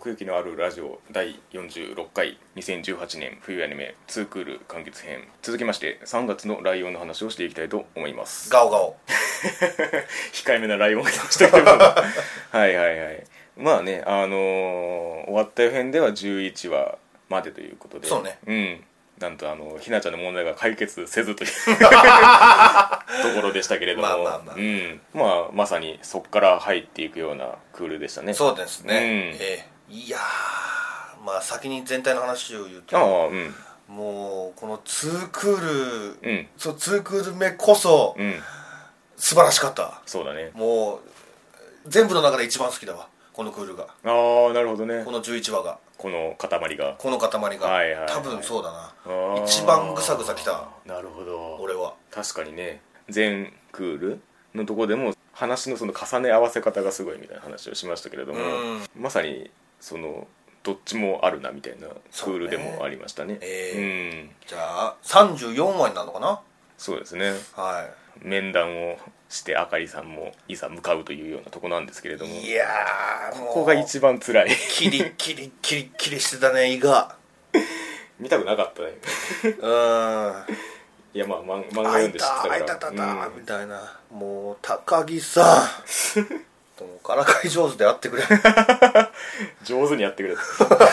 奥行きのあるラジオ第46回2018年冬アニメ2クール完結編、続きまして3月のライオンの話をしていきたいと思います。 ガオガオ控えめなライオンが出ましたけどはいはいはい。まあね、終わった編では11話までということで、 そうね、 なんとひなちゃんの問題が解決せずというところでしたけれども、まさにそこから入っていくようなクールでしたね。 そうですね、いやー、まあ先に全体の話を言うと、もうこの2クール、2クール目こそ、素晴らしかった。 そうだね。 もう全部の中で一番好きだわ、このクールが。 ああ、なるほどね。 この11話が、 この塊が、 多分そうだな、一番ぐさぐさきた。 なるほど。 俺は確かにね、全クールのとこでも話のその重ね合わせ方がすごいみたいな話をしましたけれども、まさにそのどっちもあるなみたいなクールでもありましたね。 じゃあ34話になるのかな。 そうですね。面談をしてあかりさんもいざ向かうというようなとこなんですけれども、 いやー、 ここが一番辛い。 キリキリキリキリしてたね、胃が。 見たくなかったね。いや、まあ漫画読んで知ってたから、 あいたみたいな。もう高木さんからかい上手であってくれ。 上手にやってくれ。う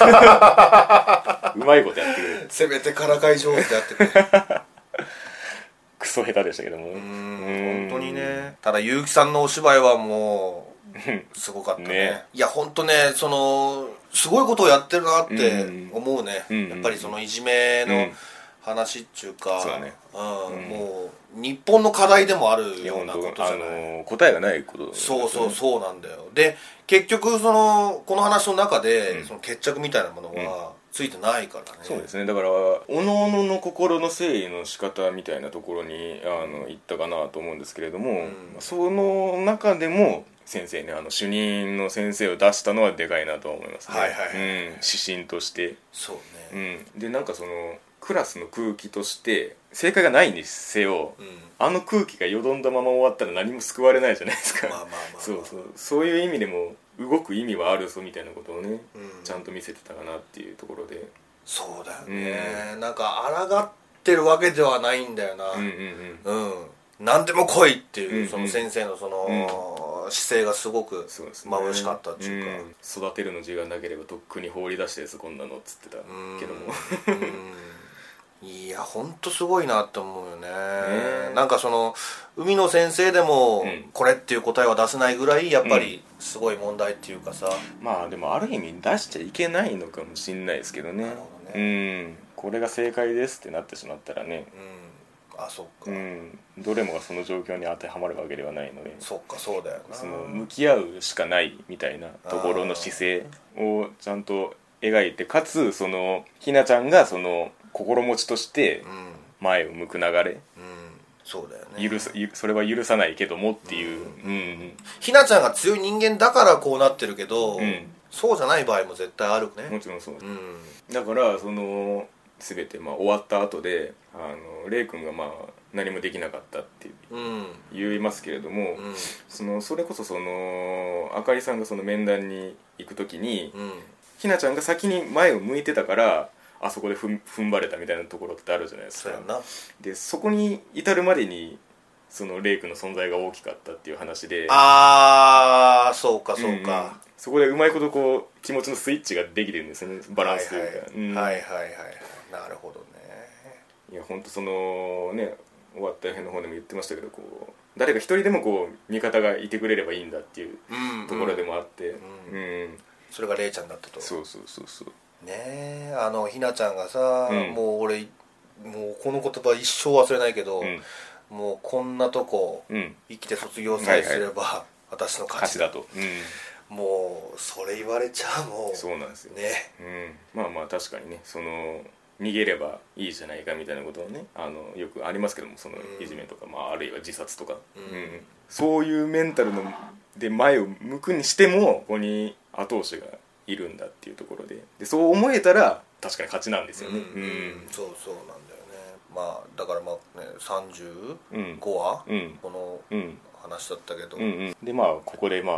まいことやってくれ。 せめてからかい上手であってくれ。 クソ下手でしたけども、 本当にね。ただ結城さんのお芝居はもうすごかったね。いや本当ね、そのすごいことをやってるなって思うね。やっぱりそのいじめの話っていうか、もう日本の課題でもあるようなことじゃない。答えがないことだね。 そうなんだよ。で結局そのこの話の中で、その決着みたいなものはついてないからね。 そうですね。だからおのおのの心の整理の仕方みたいなところにいったかなと思うんですけれども、その中でも先生ね、主任の先生を出したのはでかいなと思いますね。指針として。 そうね。 でなんかそのクラスの空気として正解がないにせよ、あの空気がよどんだまま終わったら何も救われないじゃないですか。そういう意味でも動く意味はあるぞみたいなことをね、ちゃんと見せてたかなっていうところで。 そうだよね、なんか抗ってるわけではないんだよな。何でも来いっていう、その先生のその姿勢がすごく眩しかったっていうか、 育てるの字がなければとっくに放り出してですこんなのっつってたけどもいやほんとすごいなって思うよね。なんかその海野先生でもこれっていう答えは出せないぐらいやっぱりすごい問題っていうかさ、 まあでもある意味出しちゃいけないのかもしんないですけどね。これが正解ですってなってしまったらね、 そっか、 どれもがその状況に当てはまるわけではないので、 そっか、そうだよな。 その向き合うしかないみたいなところの姿勢をちゃんと描いて、かつそのひなちゃんがその心持ちとして前を向く流れ、 そうだよね、 それは許さないけどもっていう、 ひなちゃんが強い人間だからこうなってるけど、そうじゃない場合も絶対あるね。 もちろんそう、だからその全て終わった後でレイ君が何もできなかったって言いますけれども、それこそそのあかりさんがその面談に行く時に、ひなちゃんが先に前を向いてたからあそこで踏ん張れたみたいなところってあるじゃないですか。でそこに至るまでにそのレイ君の存在が大きかったっていう話で、 そうか、 そこでうまいことこう気持ちのスイッチができてるんですよね、バランスというか。 なるほどね。 いや本当そのね、終わった辺の方でも言ってましたけど、こう誰か一人でもこう味方がいてくれればいいんだっていうところでもあって、 それがレイちゃんだったと。 そうねえ、ひなちゃんがさ、もう俺もうこの言葉一生忘れないけど、もうこんなとこ生きて卒業さえすれば私の勝ちだと、もうそれ言われちゃう。もうそうなんですよね。 まあ確かにね、その逃げればいいじゃないかみたいなことをね、よくありますけども、そのいじめとか、あるいは自殺とか、そういうメンタルので前を向くにしてもここに後押しがいるんだっていうところで、そう思えたら確かに勝ちなんですよね。 そうなんだよね。だから35話、この話だったけど、 でここで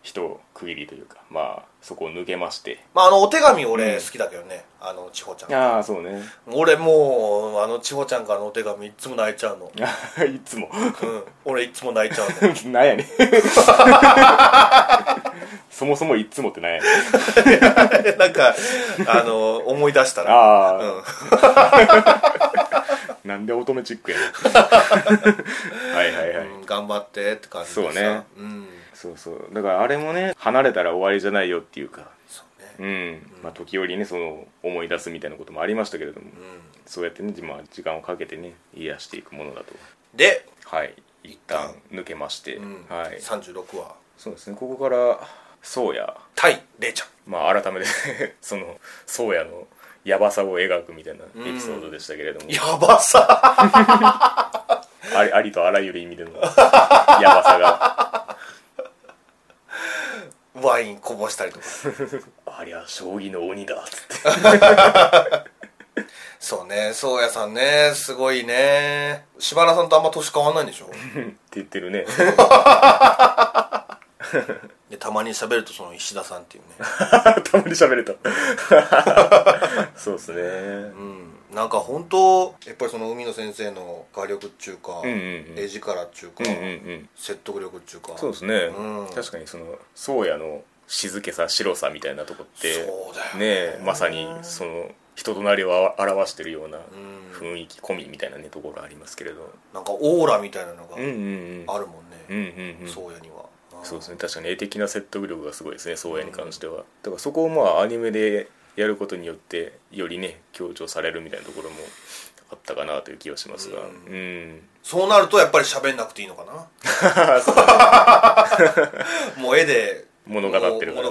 一区切りというか、まあそこを抜けまして、 まあお手紙俺好きだけどね、千穂ちゃん。 ああそうね。 俺もう千穂ちゃんからのお手紙いつも泣いちゃうの。 いつも俺いつも泣いちゃうの。 なんやねんそもそもいつもってなんやねんなんか思い出したら、 ああ、なんで乙女チックやねんはいはいはい、 頑張ってって感じでさ。 そうね、そうそうだからあれもね、離れたら終わりじゃないよっていうか、そうね、まあ時折ねその思い出すみたいなこともありましたけれども、そうやってね、まあ、時間をかけてね癒していくものだと。 で、 はい一旦抜けまして、はい、 36話。 そうですね、ここから宗谷対レイちゃん、 まあ改めてその宗谷のヤバさを描くみたいなエピソードでしたけれども、 ヤバさありとあらゆる意味でのヤバさがワインこぼしたりとかありゃ将棋の鬼だっつってそうね、宗谷さんね、すごいね。柴原さんとあんま年変わんないんでしょって言ってるねでたまに喋るとその石田さんっていうねたまに喋るとそうですね、 なんか本当やっぱりその海野先生の画力っちゅうか、絵力っちゅうか、説得力っちゅうか、 そうですね、確かにその宗谷の静けさ白さみたいなとこってそうだよね、まさにその人となりを表してるような雰囲気込みみたいなねところありますけれど、 なんかオーラみたいなのがあるもんね、宗谷には。 そうですね、確かに絵的な説得力がすごいですね、宗谷に関しては。だからそこをまあアニメでやることによってよりね強調されるみたいなところもあったかなという気はしますが、 そうなるとやっぱり喋んなくていいのかなもう絵で物語ってるから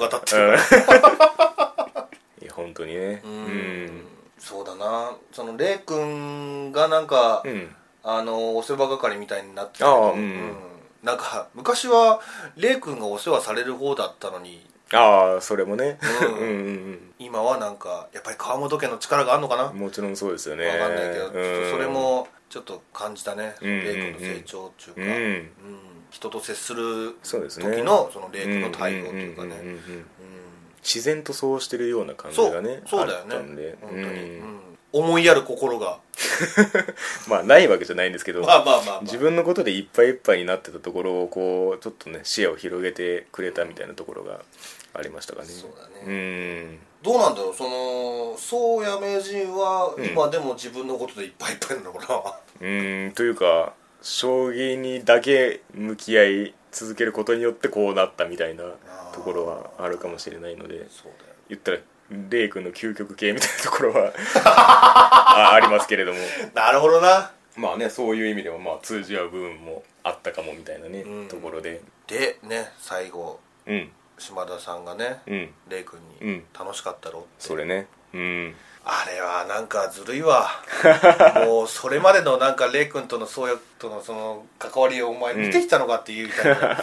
いや本当にね、 そうだな、そのレイ君がなんか、お世話係みたいになってたけど、なんか昔はレイ君がお世話される方だったのに、 ああそれもね、 今はなんかやっぱり川本家の力があるのかな。 もちろんそうですよね、 分かんないけど、ちょっとそれもちょっと感じたね、レイ君の成長っていうか、人と接する時のそのレイ君の対応というかね、 自然とそうしてるような感じがねそうだよね、 あったんで、 本当に、思いやる心がまあないわけじゃないんですけど、 まあ自分のことでいっぱいいっぱいになってたところをこうちょっとね視野を広げてくれたみたいなところがありましたかね。 そうだね、どうなんだろう、その宗谷名人は今でも自分のことでいっぱいいっぱいなのかなというか将棋にだけ向き合い続けることによってこうなったみたいなところはあるかもしれないので、 そうだよ、 言ったらレイ君の究極系みたいなところはありますけれども、 なるほどな。 まあね、そういう意味でもまあ通じ合う部分もあったかもみたいなね、ところでね、最後、島田さんがね、レイ君に楽しかったろって、 それね、 あれはなんかずるいわもうそれまでのなんかレイ君との宗谷とのその関わりをお前見てきたのかっていうみたいな、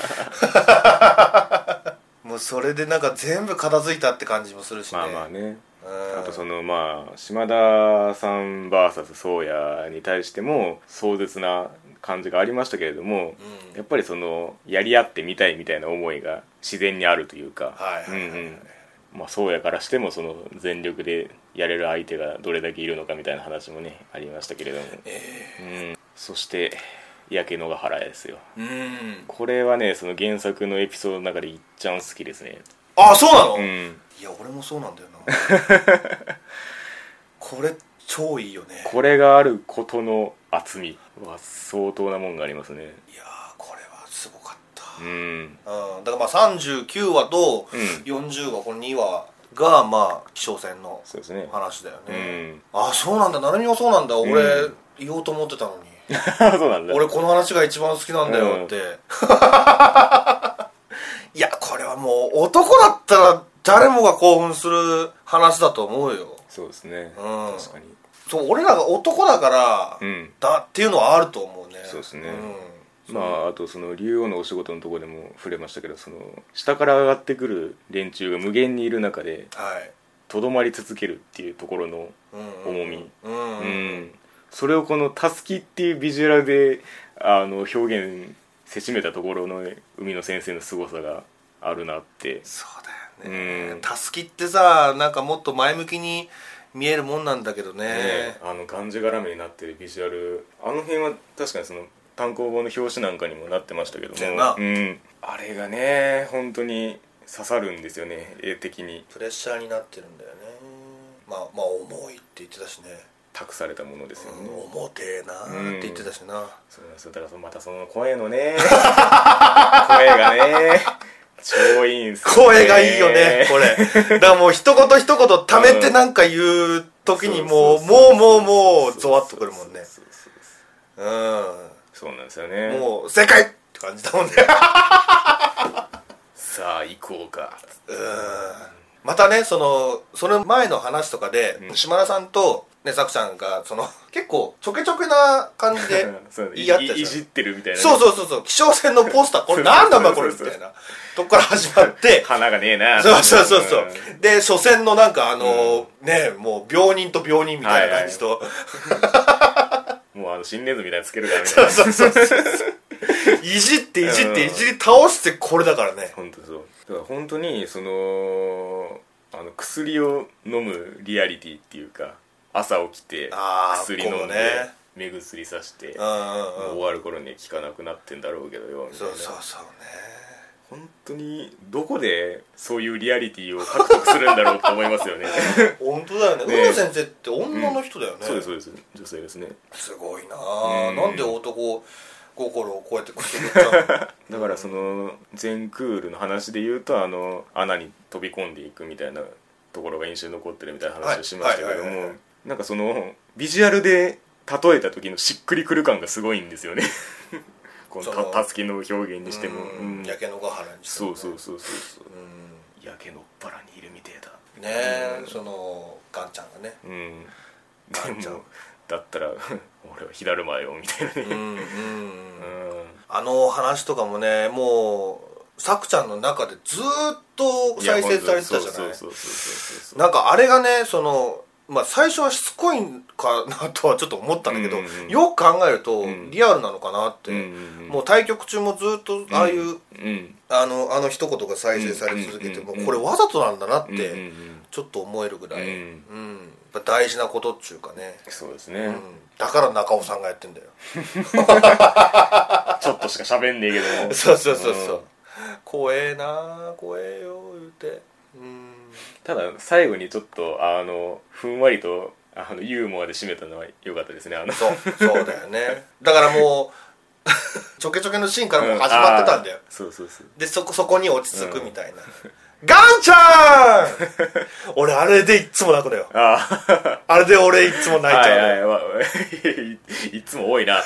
もうそれでなんか全部片付いたって感じもするしね。 まあね、あとそのまあ島田さん VS 宗谷に対しても壮絶な感じがありましたけれども、やっぱりそのやり合ってみたいみたいな思いが自然にあるというか、まあ宗谷からしてもその全力でやれる相手がどれだけいるのかみたいな話もねありましたけれども、そして焼け野ヶ原ですよ。これはねその原作のエピソードの中でいっちゃん好きですね。 あ、そうなの？いや俺もそうなんだよなこれ超いいよね。 これがあることの厚みは相当なもんがありますね。 いやこれはすごかった。 だからまあ39話と40話、この2話がまあ気象戦の話だよね。あ、そうなんだ、成美はそうなんだ。俺言おうと思ってたのにそうなんだ、 俺この話が一番好きなんだよっていやこれはもう男だったら誰もが興奮する話だと思うよ。 そうですね、確かに。 そう、俺らが男だから、だっていうのはあると思うね。 そうですね、まああとその竜王のお仕事のところでも触れましたけど、その下から上がってくる連中が無限にいる中でとどまり続けるっていうところの重み、それをこのたすきっていうビジュアルで表現せしめたところの海野先生の凄さがあるなって。 そうだよね。たすきってさ、なんかもっと前向きに見えるもんなんだけどね。 がんじがらめになってるビジュアル、あの辺は確かにその単行本の表紙なんかにもなってましたけども、あれがね本当に刺さるんですよね、絵的に。 プレッシャーになってるんだよね。まあ重いって言ってたしね。 託されたものですよね。 重てえなーって言ってたしな。 そうなんですよ。だからまたその声のね声がね超いいんすよね。 声がいいよねこれ。だからもう一言一言ためてなんか言う時にもうゾワッとくるもんね。 そうなんですよね。 もう正解って感じだもんねさあ行こうか。 またね、その前の話とかで、島田さんとね、さくちゃんが結構ちょけちょけな感じで言い合ってたじゃん。 いじってるみたいな、ね、 そう気象船のポスターこれなんだお前これみたいなとこから始まって花がねえな。 そうで初戦のなんかね、もう病人と病人みたいな感じと、 もう心電図みたいにつけるからみたいな。 そういじっていじり倒してこれだからね。 本当そう。だから本当に薬を飲むリアリティっていうか、朝起きて薬飲んで目薬さして終わる頃には効かなくなってんだろうけどよみたいな。 そうね。 本当にどこでそういうリアリティを獲得するんだろうと思いますよね本当だよね。宇野先生って女の人だよね。 そうです女性ですね。 すごいなぁ。なんで男心をこうやってくすぐっちゃうのだからその全クールの話で言うと穴に飛び込んでいくみたいなところが印象に残ってるみたいな話をしましたけども、なんかそのビジュアルで例えた時のしっくりくる感がすごいんですよねこのたすきの表現にしても、 焼け野ヶ原にしても、 そう焼け野っ原にいるみてえだね。ガンちゃんがね、 ガンちゃんだったら俺は火だるまよみたいなね。 話とかもね、もうさくちゃんの中でずっと再生されてたじゃない。なんかあれがね、最初はしつこいんかなとはちょっと思ったんだけど、よく考えるとリアルなのかなって、もう対局中もずっとああいう、一言が再生され続けて、もうこれわざとなんだなってちょっと思えるぐらい、大事なことっちゅうかね。 そうですね、 だから中尾さんがやってんだよちょっとしか喋んねえけどもそう怖えな怖えよ言うて。 ただ最後にちょっとふんわりとユーモアで締めたのは良かったですね。 そうだよね。だからもうちょけちょけのシーンからもう始まってたんだよ。 そうでそこに落ち着くみたいな、ガンちゃん俺あれでいっつも泣くのよ。あれで俺いっつも泣いちゃう。 いつも多いな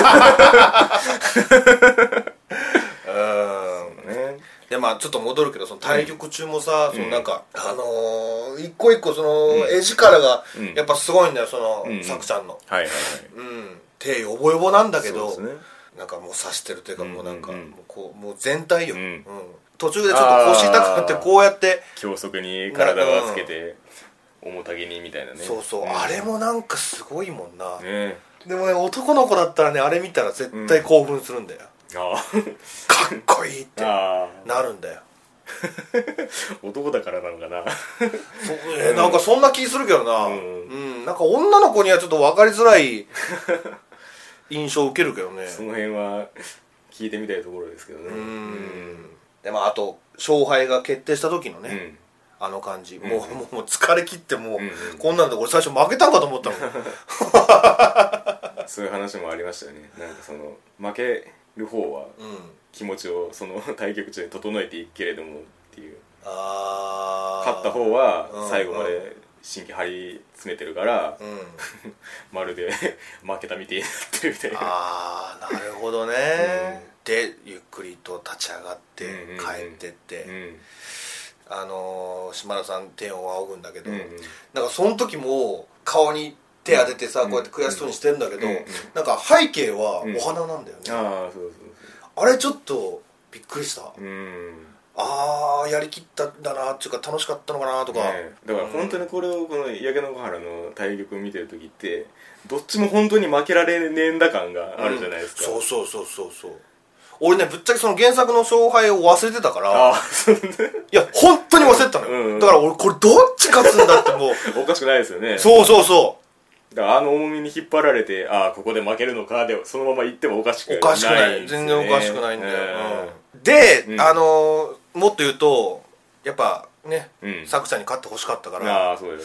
でちょっと戻るけど、対局中もさ、なんか一個一個絵力がやっぱすごいんだよ、さくちゃんの。手ヨボヨボなんだけど、なんかもう刺してるというか、もうなんかもう全体よ。途中でちょっと腰痛くなってこうやって胸側に体をつけて重たげにみたいなね。 あれもなんかすごいもんな。でもね、男の子だったらね、あれ見たら絶対興奮するんだよ。かっこいいってなるんだよ男だからなのかななんかそんな気するけどな。なんか女の子にはちょっと分かりづらい印象を受けるけどね。 その辺は聞いてみたいところですけどね。 であと勝敗が決定した時のね、あの感じ、もう疲れ切ってもう、こんなんで俺最初負けたんかと思ったもんそういう話もありましたよね。なんか負ける方は気持ちを対局中に整えていくけれどもっていう、勝った方は最後まで神経張り詰めてるから、まるで負けたみたいになってるみたいな。 なるほどね。でゆっくりと立ち上がって帰ってって、島田さん天を仰ぐんだけど、なんかその時も顔に手当ててさ、こうやって悔しそうにしてるんだけど、なんか背景はお花なんだよね。あれちょっとびっくりした。やりきったんだなっていうか、楽しかったのかなとか、 だから本当にこの焼け野ヶ原の対局を見てる時ってどっちも本当に負けられねえんだ感があるじゃないですか。 そう俺ねぶっちゃけその原作の勝敗を忘れてたから、いや本当に忘れてたのよ、だから俺これどっち勝つんだってもうおかしくないですよね。 そうそうそう、 だから重みに引っ張られて、ここで負けるのかでそのまま行ってもおかしくない、 おかしくない、全然おかしくないんだよ、で、もっと言うとやっぱね、作者に勝ってほしかったから、 そうです、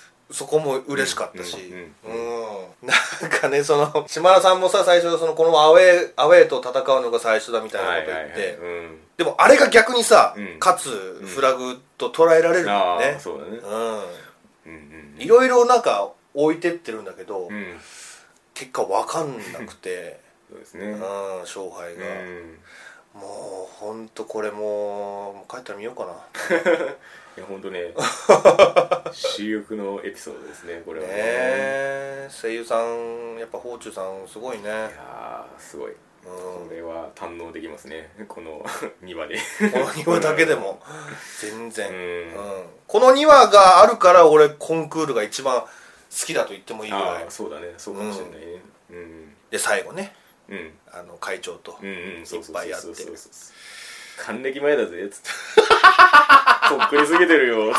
そこも嬉しかったし、なんかね、その島田さんもさ、最初このアウェーと戦うのが最初だみたいなこと言って、でもあれが逆にさ、勝つフラグと捉えられるもんね。 そうだね。 いろいろなんか置いてってるんだけど、結果分かんなくてそうですね、 勝敗が、もうほんとこれもう帰ったら見ようかな。 いやほんとね珠玉のエピソードですねこれはね。声優さんやっぱ宝珠さんすごいね。いやすごい、これは堪能できますね、この2話でこの2話だけでも全然、この2話があるから俺コンクールが一番好きだと言ってもいいぐらい。 そうだね、そうかもしれないね。 で最後ね、会長といっぱいやって、 還暦前だぜっつってとっくりすぎてるよ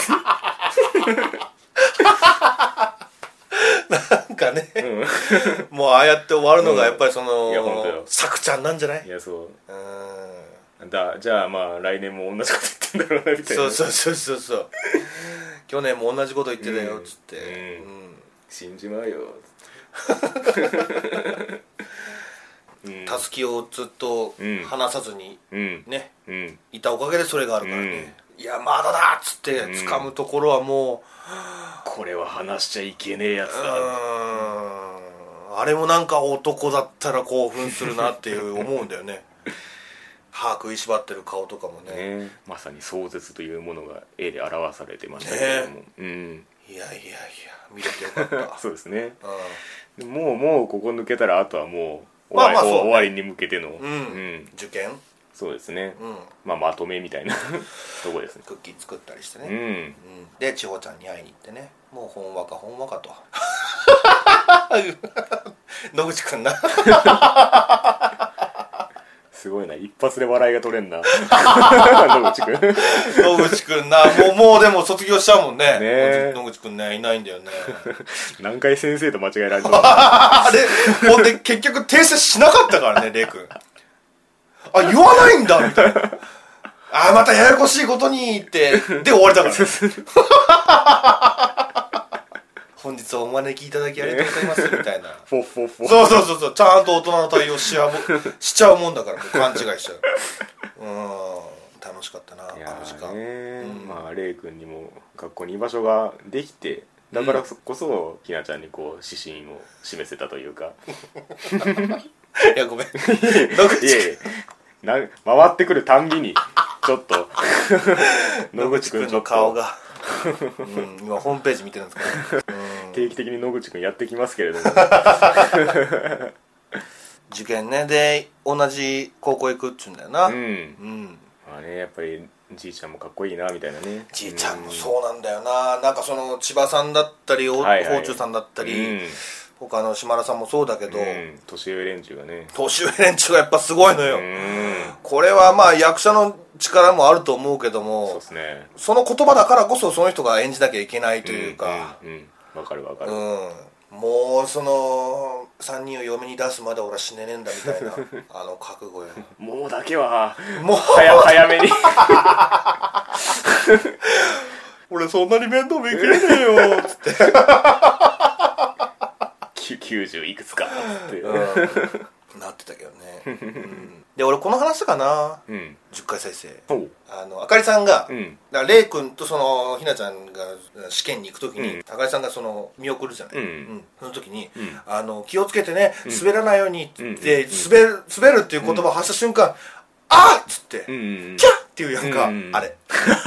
なんかね、もうああやって終わるのがやっぱりそのさくちゃんなんじゃない。 いやそうじゃあまあ来年も同じこと言ってんだろうなみたいな。 そう去年も同じこと言ってたよっつって、 信じまうよたすきをずっと離さずにねいたおかげでそれがあるからね。いやまだだっつって掴むところはもうこれは離しちゃいけねえやつだ。 あれもなんか男だったら興奮するなっていう思うんだよね。歯食いしばってる顔とかもね、 まさに壮絶というものが絵で表されてましたけれども、 いや見れてよかったそうですね。もうここ抜けたらあとはもう終わりに向けての受験、 そうですね、まとめみたいなとこですね。 クッキー作ったりしてね、で千穂ちゃんに会いに行ってね、もうほんわかと野口くんなすごいな、一発で笑いが取れんな野口くんな、もうでも卒業しちゃうもんね。野口くんねいないんだよね何回先生と間違えられたあれほんで結局訂正しなかったからね、レイ君言わないんだみたいなまたややこしいことにってで終わりだから本日はお招きいただきありがとうございますみたいなそうちゃんと大人の対応しちゃうもんだから、もう勘違いしちゃう楽しかったな、あの時間。 まあレイ君にも学校に居場所ができて、だからこそひなちゃんにこう指針を示せたというかいやごめん回ってくるたんびにちょっと野口くんの顔が今ホームページ見てるんですけど、 定期的に野口くんやってきますけれども受験ねで同じ高校行くっちゅうんだよな。 まあね、やっぱりじいちゃんもかっこいいなみたいなね。 じいちゃんもそうなんだよな。なんかその千葉さんだったり宝珠さんだったり、他の島田さんもそうだけど、 年上連中がね、 年上連中がやっぱすごいのよ。これはまあ役者の力もあると思うけども、 そうですね、 その言葉だからこそその人が演じなきゃいけないというか、 わかるもうその3人を嫁に出すまで俺は死ねねえんだみたいな覚悟よ。 もうだけはもう早めに俺そんなに面倒見きれねえよつって 90いくつかって、 なってたけどね、で俺この話かな、10回再生あかりさんが、レイ君とそのひなちゃんが試験に行く時に、あかりさんがその見送るじゃない、その時に、気をつけてね滑らないようにって滑るっていう言葉を発した瞬間、あっつって、キャッっていうやんか、あれ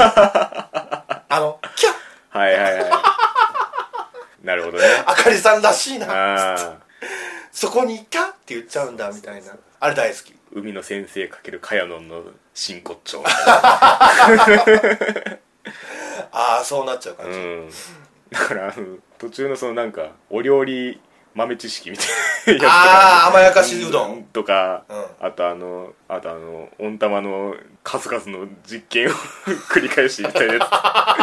キャッなるほどね、 あかりさんらしいなっつって、そこにキャッって言っちゃうんだみたいな、あれ大好き。 海の先生×カヤノンの真骨頂そうなっちゃう感じ、 だから途中のそのなんかお料理豆知識みたいなやつとか、 ああ甘やかしうどんとか、 うん、 あと温玉の数々の実験を繰り返しみたいなやつ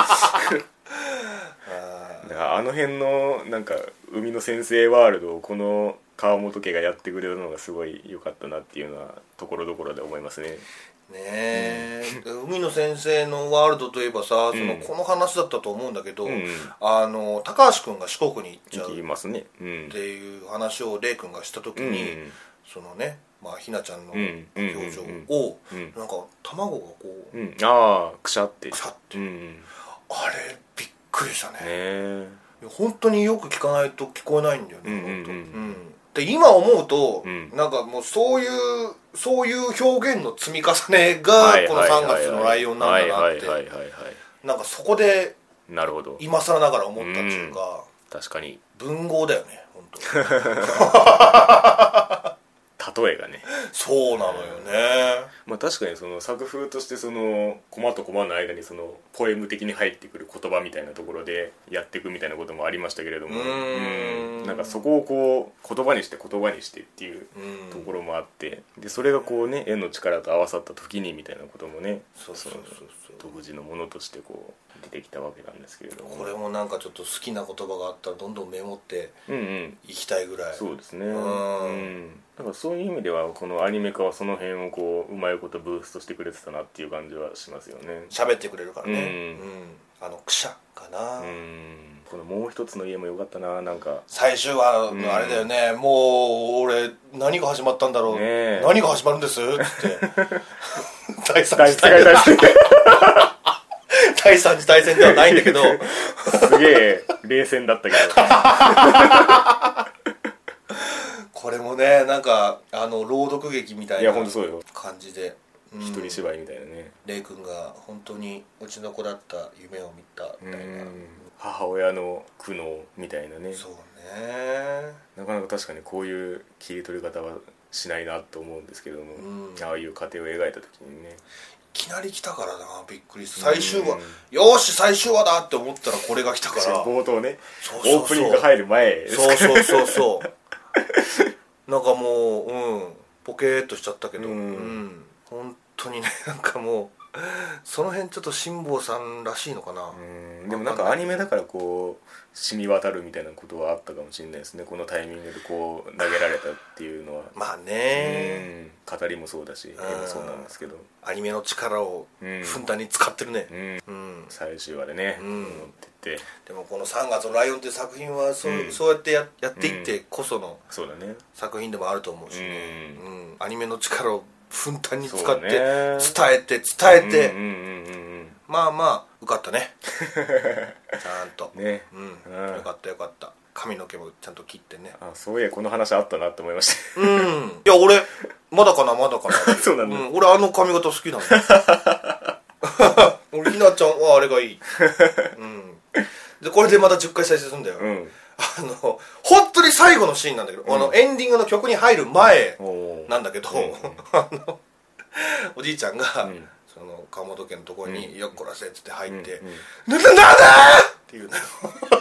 だからあの辺のなんか海の先生ワールドをこの川本家がやってくれるのがすごい良かったなっていうのはところどころで思いますね。 ねえ、海野先生のワールドといえばさ、この話だったと思うんだけど、高橋君が四国に行っちゃう言いますね、 っていう話をレイ君がした時に、そのね、まあ、ひなちゃんの表情を、なんか卵がこう、 ああくしゃって、 あれびっくりしたね。 ね、 本当によく聞かないと聞こえないんだよね、で今思うと、なんかもうそういう表現の積み重ねがこの3月のライオンなんだなってなんかそこでなるほど今更ながら思ったっていうか、 確かに文豪だよね本当例えがねそうなのよね。 まあ確かにその作風としてそのコマとコマの間にそのポエム的に入ってくる言葉みたいなところでやっていくみたいなこともありましたけれども、なんかそこをこう言葉にしてっていうところもあって、でそれがこうね絵の力と合わさった時にみたいなこともね、その独自のものとしてこう出てきたわけなんですけれども、 これもなんかちょっと好きな言葉があったらどんどんメモっていきたいぐらい、 そうですね。だからそういう意味ではこのアニメ化はその辺をこううまいことブーストしてくれてたなっていう感じはしますよね。 喋ってくれるからね、くしゃかな。 このもう一つの家も良かったな。なんか最終話のあれだよね、もう俺何が始まったんだろう、何が始まるんですって第三次大戦ではないんだけどすげえ冷戦だったけどこれもねなんか朗読劇みたいな感じで一人芝居みたいなね、 レイ君が本当にうちの子だった夢を見たみたいな、 母親の苦悩みたいなね。 そうね、 なかなか確かにこういう切り取り方はしないなと思うんですけども、ああいう過程を描いた時にね、 いきなり来たからな、びっくりした。最終話、よし最終話だって思ったらこれが来たから冒頭ね、オープニング入る前ですから、 なんかもうポケーっとしちゃったけど、本当にね、なんかもうその辺ちょっと辛坊さんらしいのかな。 でもなんかアニメだからこう染み渡るみたいなことはあったかもしれないですね。このタイミングでこう投げられたっていうのはまあね、 語りもそうだし絵もそうなんですけど、 アニメの力をふんだんに使ってるね、 最終話でね、持ってって。でもこの3月のライオンっていう作品はそうやってやっていってこその作品でもあると思うしね、アニメの力をふんだんに使って伝えてまあまあ受かったねちゃんとね、よかった髪の毛もちゃんと切ってね。 そういやこの話あったなって思いましたいや俺まだかなそうなんだ、 俺髪型好きなんだ俺ひなちゃんはあれがいいでこれでまた10回再生するんだよ、本当に最後のシーンなんだけど、エンディングの曲に入る前なんだけど、おじいちゃんが、その川本家のところによっこらせっつって入って「なんだ!」って言うのよ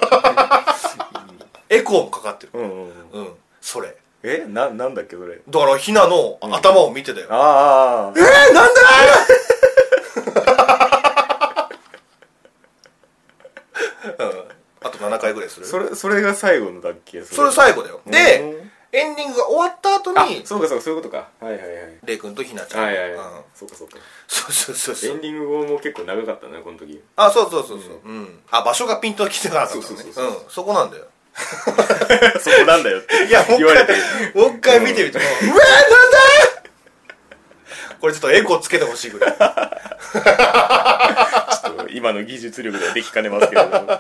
エコーもかかってる、それなんだっけそれ。 だからひなの頭を見てだよ、なんだあと7回ぐらいする。 それが最後のだっけ。 それ最後だよ。でエンディングが終わった後にそういうことか。 レイ君とひなちゃんそうかそうエンディングも結構長かったねこの時。 そう場所がピンと来てなかったからね。そこなんだよそこなんだよって言われてもう一回見てみてもなんだこれちょっとエコーつけてほしいぐらいちょっと今の技術力ではできかねますけれども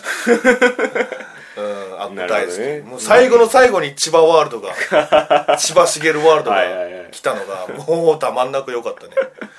大好き、もう最後の最後に千葉ワールドが千葉茂ワールドが来たのがもうたまんなく良かったね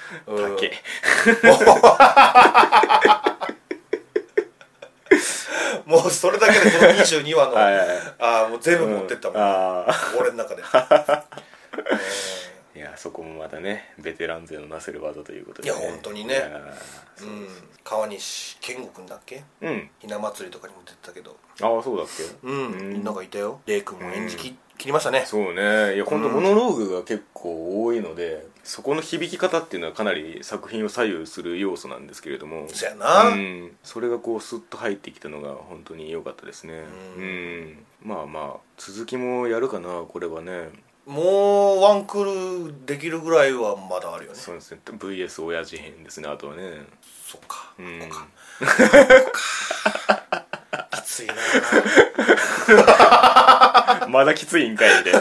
もうそれだけでこの22話のもう全部持ってったもん俺の中でいやそこもまたねベテラン勢のなせる技ということで、ね、 いや本当にね、川西健吾くんだっけ、ひな祭りとかにも出てたけど、 ああそうだっけ、 みんながいたよ。レイ君も演じ切りましたね。 そうね、いや本当モノローグが結構多いので、そこの響き方っていうのはかなり作品を左右する要素なんですけれども、 そうやな、 それがこうスッと入ってきたのが本当に良かったですね。まあまあ続きもやるかな、これはね。 もうワンクールできるぐらいはまだあるよね。 そうですね、 VS 親父編ですね、あとはね。 そっか、きついなまだきついんかいみたい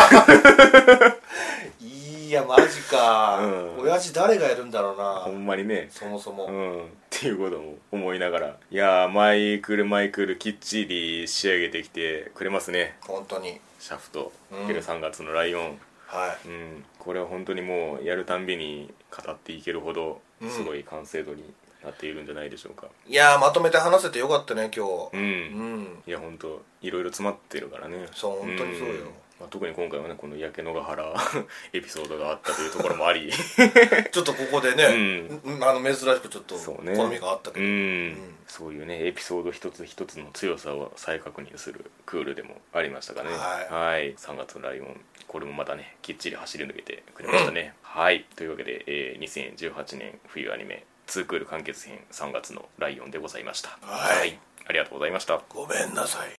いやマジか、親父誰がやるんだろうな、 ほんまにね、 そもそも、 っていうことも思いながら、いやーマイクルきっちり仕上げてきてくれますね、 本当に。 シャフト3月のライオン、これは本当にもうやるたんびに語っていけるほどすごい完成度になっているんじゃないでしょうか。 いやーまとめて話せてよかったね今日。 いや本当いろいろ詰まってるからね。 そう本当にそうよ。 特に今回はねこの焼け野ヶ原エピソードがあったというところもありちょっとここでね、珍しくちょっと好みがあったけど、 そういうねエピソード一つ一つの強さを再確認するクールでもありましたかね。はい、3月のライオン、これもまたねきっちり走り抜けてくれましたね。はい、というわけで、2018年冬アニメ2クール完結編3月のライオンでございました。はい、ありがとうございました。 ごめんなさい。